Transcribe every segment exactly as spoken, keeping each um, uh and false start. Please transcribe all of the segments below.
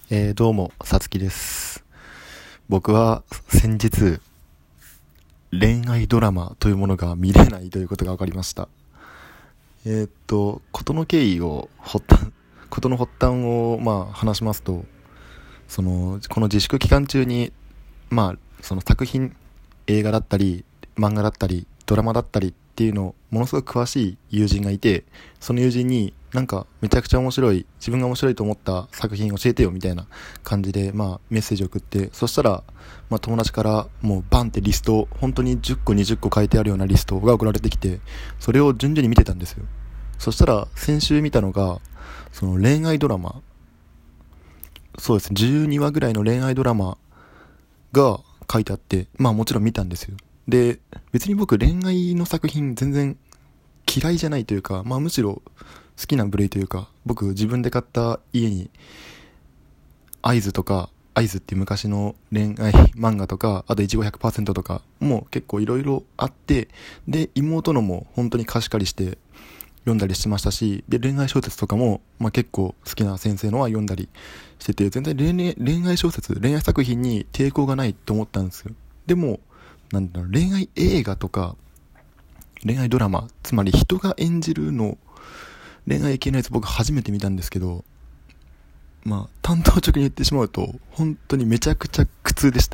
えー、どうも、さつきです。僕は先日、恋愛ドラマというものが見れないということが分かりました。えー、っと、事の経緯を、発端、事の発端を、まあ、話しますと、その、この自粛期間中に、まあ、その作品、映画だったり、漫画だったり、ドラマだったりっていうのを、ものすごく詳しい友人がいて、その友人になんかめちゃくちゃ面白い、自分が面白いと思った作品教えてよみたいな感じで、まあメッセージを送って、そしたら、まあ友達からもうバンってリスト、本当にじゅっこにじゅっこ書いてあるようなリストが送られてきて、それを順々に見てたんですよ。そしたら先週見たのが、その恋愛ドラマ、そうですね、じゅうにわぐらいの恋愛ドラマが書いてあって、まあもちろん見たんですよ。で、別に僕恋愛の作品全然嫌いじゃないというか、まあむしろ好きな部類というか、僕自分で買った家に、アイズとか、アイズっていう昔の恋愛漫画とか、あといちごひゃくパーセントとかも結構いろいろあって、で、妹のも本当に貸し借りして読んだりしてましたし、で、恋愛小説とかも、まあ結構好きな先生のは読んだりしてて、全然恋愛恋愛小説、恋愛作品に抵抗がないと思ったんですよ。でも、なんだろう、恋愛映画とか、恋愛ドラマ、つまり人が演じるの、恋愛系のやつ僕初めて見たんですけど、まあ、単刀直入に言ってしまうと、本当にめちゃくちゃ苦痛でした。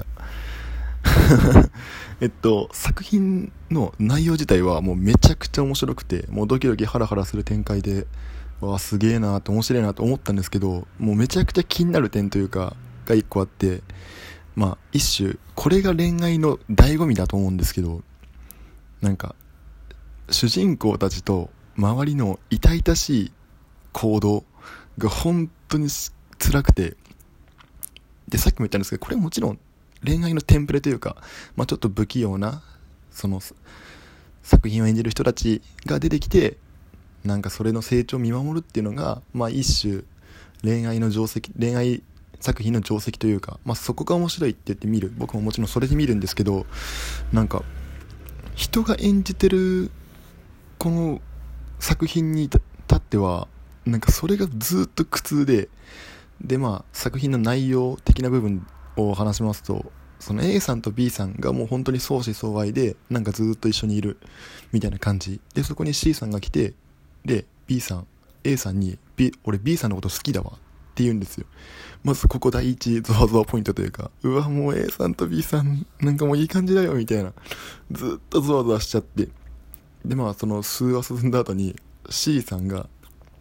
えっと、作品の内容自体はもうめちゃくちゃ面白くて、もうドキドキハラハラする展開で、わあ、すげえなーと面白いなと思ったんですけど、もうめちゃくちゃ気になる点というか、が一個あって、まあ、一種、これが恋愛の醍醐味だと思うんですけど、なんか、主人公たちと周りの痛々しい行動が本当に辛くて、でさっきも言ったんですけど、これはもちろん恋愛のテンプレというか、まあ、ちょっと不器用なその作品を演じる人たちが出てきて、なんかそれの成長を見守るっていうのが、まあ、一種恋愛の定石、恋愛作品の定石というか、まあ、そこが面白いって言って見る、僕ももちろんそれで見るんですけど、なんか人が演じてるこの作品に至ってはなんかそれがずっと苦痛で、でまあ作品の内容的な部分を話しますと、その A さんと B さんがもう本当に相思相愛で、なんかずっと一緒にいるみたいな感じで、そこに C さんが来て、で B さん A さんに、B、俺 B さんのこと好きだわって言うんですよ。まずここ第一ゾワゾワポイントというか、うわもう A さんと B さんなんかもういい感じだよみたいな、ずっとゾワゾワしちゃって、でまあその数話進んだ後に C さんが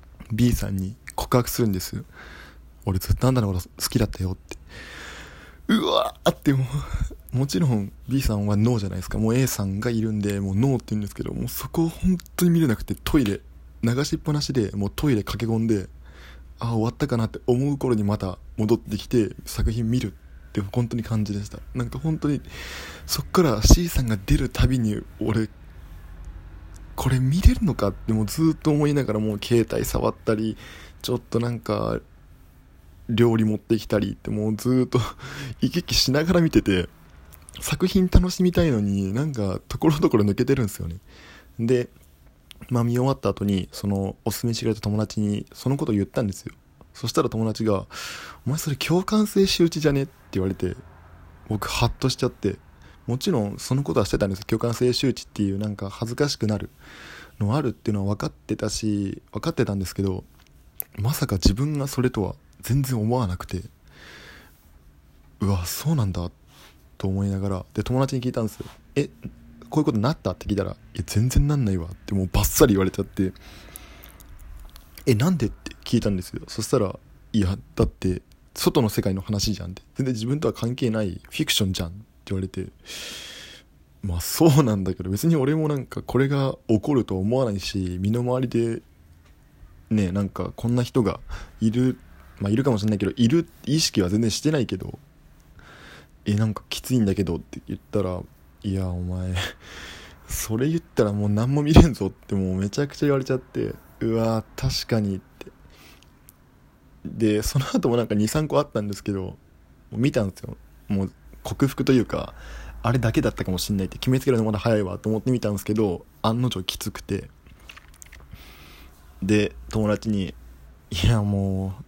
B さんに告白するんですよ。俺ずっとあんたのこと好きだったよって。うわーってもう、もちろん B さんはノーじゃないですか。もう A さんがいるんで、もうノーって言うんですけど、もうそこを本当に見れなくて、トイレ、流しっぱなしで、もうトイレ駆け込んで、ああ終わったかなって思う頃にまた戻ってきて、作品見るって本当に感じでした。なんか本当に、そっから C さんが出るたびに、俺、これ見れるのかってもうずっと思いながら、もう携帯触ったり、ちょっとなんか料理持ってきたりってもうずっと行き来しながら見てて、作品楽しみたいのになんかところどころ抜けてるんですよね。で、まあ見終わった後にそのおすすめしてくれた友達にそのことを言ったんですよ。そしたら友達が、お前それ共感性周知じゃねって言われて、僕ハッとしちゃって、もちろんそのことはしてたんですよ。共感性周知っていうなんか恥ずかしくなるのあるっていうのは分かってたし、分かってたんですけど、まさか自分がそれとは全然思わなくて、うわそうなんだと思いながら、で友達に聞いたんですよ。えこういうことなったって聞いたら、いや全然なんないわってもうバッサリ言われちゃって、えなんでって聞いたんですよ。そしたら、いやだって外の世界の話じゃんって、全然自分とは関係ないフィクションじゃんって言われて、まあそうなんだけど、別に俺もなんかこれが起こるとは思わないし、身の回りでね、なんかこんな人がいる、まあいるかもしれないけど、いる意識は全然してないけど、えなんかきついんだけどって言ったら、いやお前それ言ったらもう何も見れんぞってもうめちゃくちゃ言われちゃって、うわ確かにって。でその後もなんかにさんこあったんですけど、もう見たんですよ。もう克服というか、あれだけだったかもしんないって、決めつけるのまだ早いわと思って見たんですけど、案の定きつくて、で友達に、いやも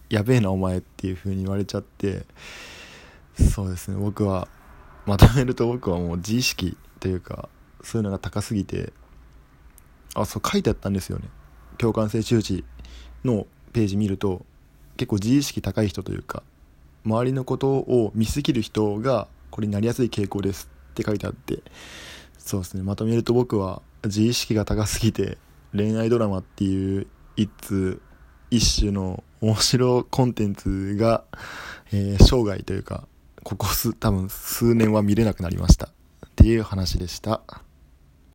やべえなお前っていう風に言われちゃって、そうですね、僕はまとめると僕はもう自意識というかそういうのが高すぎて、あ、そう書いてあったんですよね。共感性周知のページ見ると結構自意識高い人というか周りのことを見すぎる人がこれになりやすい傾向ですって書いてあって、そうですね、まとめると僕は自意識が高すぎて恋愛ドラマっていう一通一種の面白コンテンツが、えー、生涯というかここ数多分数年は見れなくなりましたっていう話でした。